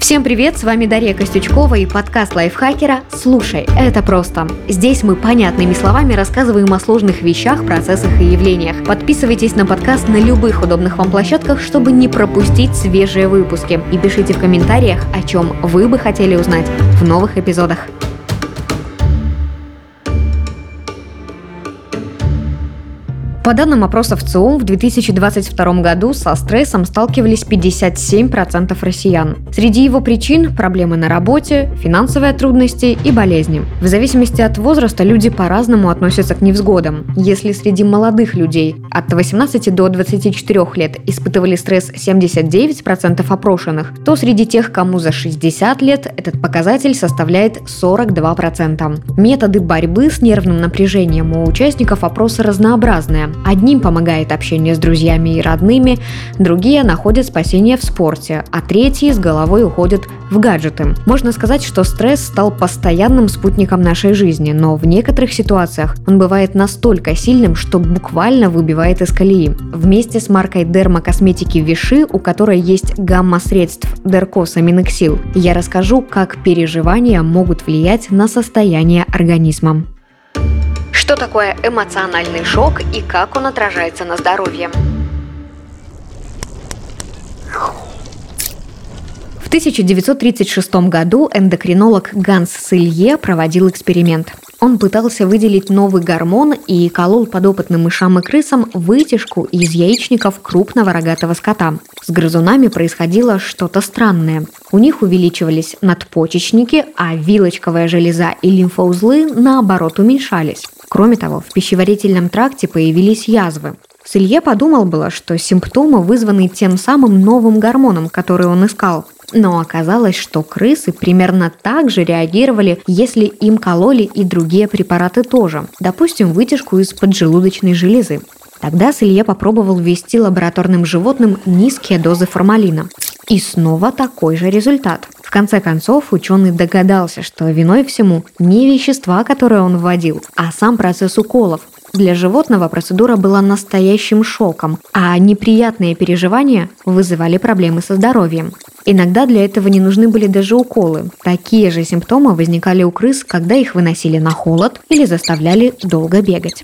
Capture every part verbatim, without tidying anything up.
Всем привет, с вами Дарья Костючкова и подкаст лайфхакера «Слушай, это просто». Здесь мы понятными словами рассказываем о сложных вещах, процессах и явлениях. Подписывайтесь на подкаст на любых удобных вам площадках, чтобы не пропустить свежие выпуски. И пишите в комментариях, о чем вы бы хотели узнать в новых эпизодах. По данным опроса ВЦИОМ, в две тысячи двадцать втором году со стрессом сталкивались пятьдесят семь процентов россиян. Среди его причин – проблемы на работе, финансовые трудности и болезни. В зависимости от возраста люди по-разному относятся к невзгодам. Если среди молодых людей от восемнадцати до двадцати четырёх лет испытывали стресс семьдесят девять процентов опрошенных, то среди тех, кому за шестьдесят лет, этот показатель составляет сорок два процента. Методы борьбы с нервным напряжением у участников опроса разнообразные. Одним помогает общение с друзьями и родными, другие находят спасение в спорте, а третьи с головой уходят в гаджеты. Можно сказать, что стресс стал постоянным спутником нашей жизни, но в некоторых ситуациях он бывает настолько сильным, что буквально выбивает из колеи. Вместе с маркой дермокосметики Vichy, у которой есть гамма средств Деркос-Аминоксил, я расскажу, как переживания могут влиять на состояние организма. Что такое эмоциональный шок и как он отражается на здоровье? В тысяча девятьсот тридцать шестом году эндокринолог Ганс Силье проводил эксперимент. Он пытался выделить новый гормон и колол подопытным мышам и крысам вытяжку из яичников крупного рогатого скота. С грызунами происходило что-то странное. У них увеличивались надпочечники, а вилочковая железа и лимфоузлы, наоборот, уменьшались. Кроме того, в пищеварительном тракте появились язвы. Силье подумал было, что симптомы вызваны тем самым новым гормоном, который он искал. Но оказалось, что крысы примерно так же реагировали, если им кололи и другие препараты тоже. Допустим, вытяжку из поджелудочной железы. Тогда Силье попробовал ввести лабораторным животным низкие дозы формалина. И снова такой же результат. В конце концов, ученый догадался, что виной всему не вещества, которые он вводил, а сам процесс уколов. Для животного процедура была настоящим шоком, а неприятные переживания вызывали проблемы со здоровьем. Иногда для этого не нужны были даже уколы. Такие же симптомы возникали у крыс, когда их выносили на холод или заставляли долго бегать.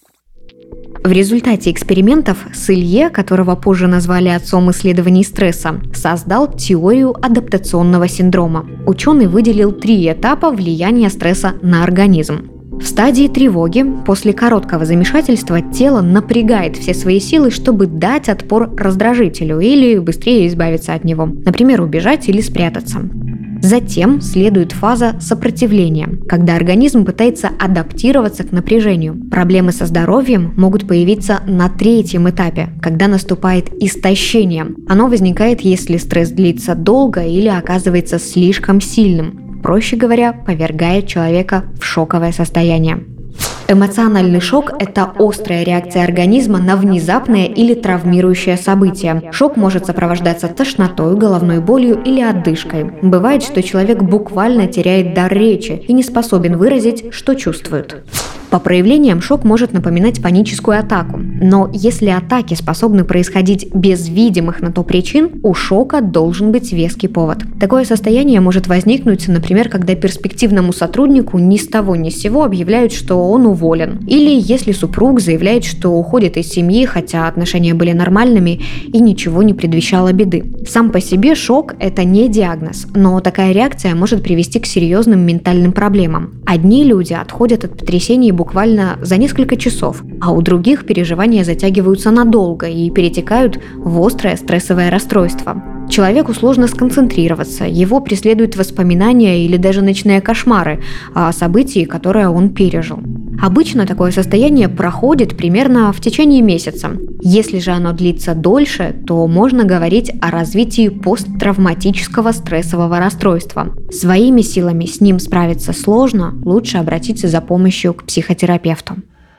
В результате экспериментов Силье, которого позже назвали отцом исследований стресса, создал теорию адаптационного синдрома. Ученый выделил три этапа влияния стресса на организм. В стадии тревоги, после короткого замешательства, тело напрягает все свои силы, чтобы дать отпор раздражителю или быстрее избавиться от него, например, убежать или спрятаться. Затем следует фаза сопротивления, когда организм пытается адаптироваться к напряжению. Проблемы со здоровьем могут появиться на третьем этапе, когда наступает истощение. Оно возникает, если стресс длится долго или оказывается слишком сильным. Проще говоря, повергает человека в шоковое состояние. Эмоциональный шок – это острая реакция организма на внезапное или травмирующее событие. Шок может сопровождаться тошнотой, головной болью или одышкой. Бывает, что человек буквально теряет дар речи и не способен выразить, что чувствует. По проявлениям шок может напоминать паническую атаку. Но если атаки способны происходить без видимых на то причин, у шока должен быть веский повод. Такое состояние может возникнуть, например, когда перспективному сотруднику ни с того ни с сего объявляют, что он уволен. Или если супруг заявляет, что уходит из семьи, хотя отношения были нормальными и ничего не предвещало беды. Сам по себе шок – это не диагноз, но такая реакция может привести к серьезным ментальным проблемам. Одни люди отходят от потрясений буквально за несколько часов, а у других переживания затягиваются надолго и перетекают в острое стрессовое расстройство. Человеку сложно сконцентрироваться, его преследуют воспоминания или даже ночные кошмары о событии, которое он пережил. Обычно такое состояние проходит примерно в течение месяца. Если же оно длится дольше, то можно говорить о развитии посттравматического стрессового расстройства. Своими силами с ним справиться сложно, лучше обратиться за помощью к психотерапевту.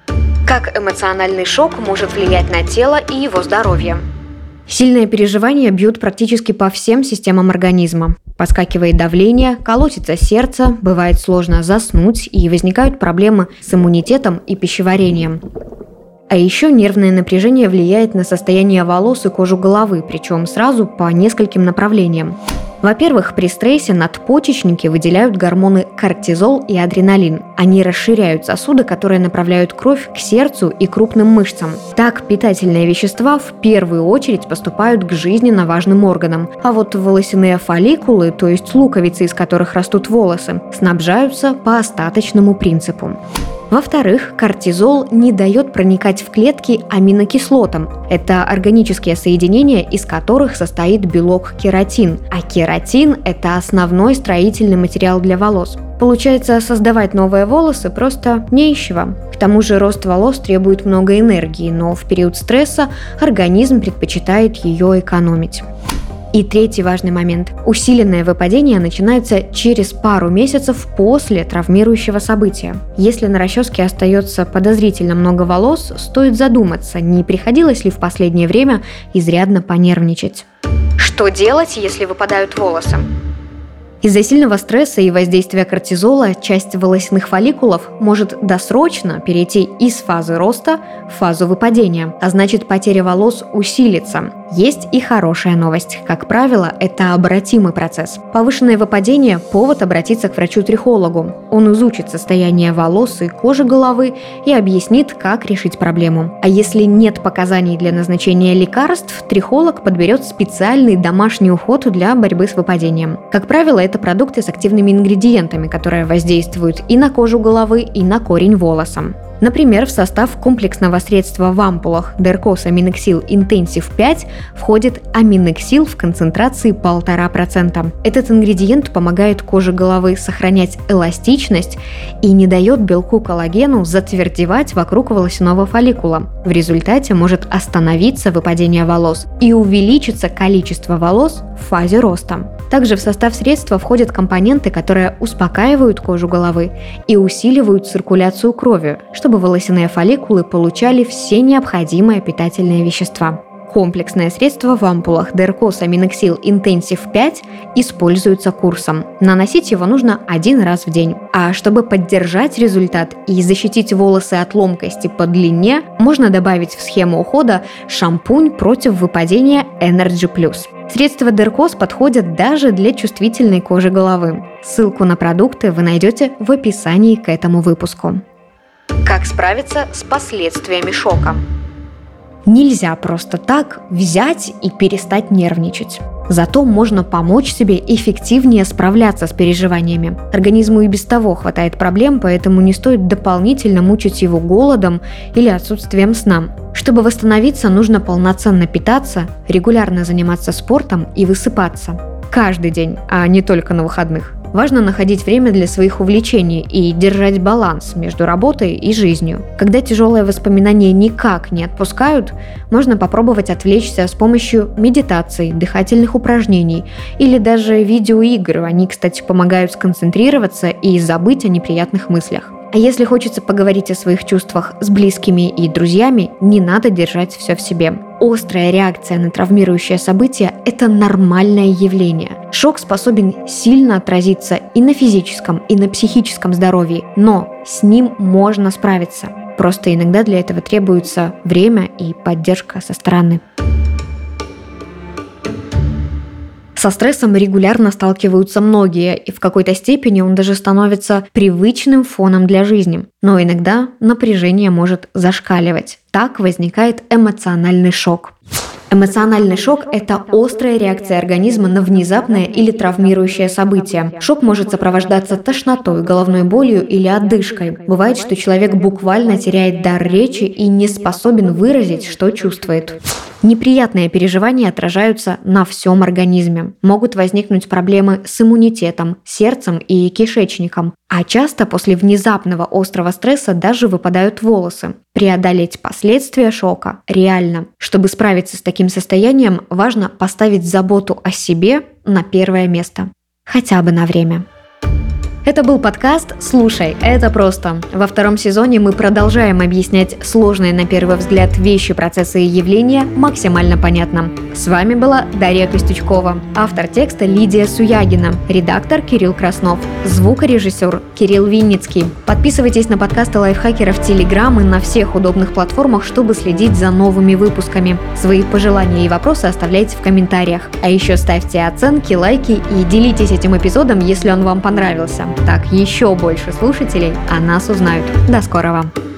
Как эмоциональный шок может влиять на тело и его здоровье? Сильные переживания бьют практически по всем системам организма. Подскакивает давление, колотится сердце, бывает сложно заснуть и возникают проблемы с иммунитетом и пищеварением. А еще нервное напряжение влияет на состояние волос и кожу головы, причем сразу по нескольким направлениям. Во-первых, при стрессе надпочечники выделяют гормоны кортизол и адреналин. Они расширяют сосуды, которые направляют кровь к сердцу и крупным мышцам. Так, питательные вещества в первую очередь поступают к жизненно важным органам. А вот волосяные фолликулы, то есть луковицы, из которых растут волосы, снабжаются по остаточному принципу. Во-вторых, кортизол не дает проникать в клетки аминокислотам. Это органические соединения, из которых состоит белок кератин. А кератин – это основной строительный материал для волос. Получается, создавать новые волосы просто не из чего. К тому же рост волос требует много энергии, но в период стресса организм предпочитает ее экономить. И третий важный момент. Усиленное выпадение начинается через пару месяцев после травмирующего события. Если на расческе остается подозрительно много волос, стоит задуматься, не приходилось ли в последнее время изрядно понервничать. Что делать, если выпадают волосы? Из-за сильного стресса и воздействия кортизола часть волосяных фолликулов может досрочно перейти из фазы роста в фазу выпадения, а значит, потеря волос усилится. Есть и хорошая новость. Как правило, это обратимый процесс. Повышенное выпадение – повод обратиться к врачу-трихологу. Он изучит состояние волос и кожи головы и объяснит, как решить проблему. А если нет показаний для назначения лекарств, трихолог подберет специальный домашний уход для борьбы с выпадением. Как правило, это продукты с активными ингредиентами, которые воздействуют и на кожу головы, и на корень волоса. Например, в состав комплексного средства в ампулах Dercos Aminexil Intensive пять входит аминексил в концентрации полтора процента. Этот ингредиент помогает коже головы сохранять эластичность и не дает белку коллагену затвердевать вокруг волосяного фолликула. В результате может остановиться выпадение волос и увеличиться количество волос в фазе роста. Также в состав средства входят компоненты, которые успокаивают кожу головы и усиливают циркуляцию крови, чтобы волосяные фолликулы получали все необходимые питательные вещества. Комплексное средство в ампулах Dercos Aminexil Intensive пять используется курсом. Наносить его нужно один раз в день. А чтобы поддержать результат и защитить волосы от ломкости по длине, можно добавить в схему ухода шампунь против выпадения Energy Plus. Средства Dercos подходят даже для чувствительной кожи головы. Ссылку на продукты вы найдете в описании к этому выпуску. Как справиться с последствиями шока? Нельзя просто так взять и перестать нервничать. Зато можно помочь себе эффективнее справляться с переживаниями. Организму и без того хватает проблем, поэтому не стоит дополнительно мучить его голодом или отсутствием сна. Чтобы восстановиться, нужно полноценно питаться, регулярно заниматься спортом и высыпаться. Каждый день, а не только на выходных. Важно находить время для своих увлечений и держать баланс между работой и жизнью. Когда тяжелые воспоминания никак не отпускают, можно попробовать отвлечься с помощью медитации, дыхательных упражнений или даже видеоигр. Они, кстати, помогают сконцентрироваться и забыть о неприятных мыслях. А если хочется поговорить о своих чувствах с близкими и друзьями, не надо держать все в себе. Острая реакция на травмирующее событие – это нормальное явление. Шок способен сильно отразиться и на физическом, и на психическом здоровье, но с ним можно справиться. Просто иногда для этого требуется время и поддержка со стороны. Со стрессом регулярно сталкиваются многие, и в какой-то степени он даже становится привычным фоном для жизни. Но иногда напряжение может зашкаливать. Так возникает эмоциональный шок. Эмоциональный шок – это острая реакция организма на внезапное или травмирующее событие. Шок может сопровождаться тошнотой, головной болью или одышкой. Бывает, что человек буквально теряет дар речи и не способен выразить, что чувствует. Неприятные переживания отражаются на всем организме. Могут возникнуть проблемы с иммунитетом, сердцем и кишечником. А часто после внезапного острого стресса даже выпадают волосы. Преодолеть последствия шока реально. Чтобы справиться с таким состоянием, важно поставить заботу о себе на первое место. Хотя бы на время. Это был подкаст «Слушай, это просто». Во втором сезоне мы продолжаем объяснять сложные на первый взгляд вещи, процессы и явления максимально понятно. С вами была Дарья Костючкова, автор текста Лидия Суягина, редактор Кирилл Краснов, звукорежиссер Кирилл Винницкий. Подписывайтесь на подкасты лайфхакера в Телеграм и на всех удобных платформах, чтобы следить за новыми выпусками. Свои пожелания и вопросы оставляйте в комментариях. А еще ставьте оценки, лайки и делитесь этим эпизодом, если он вам понравился. Так еще больше слушателей о нас узнают. До скорого!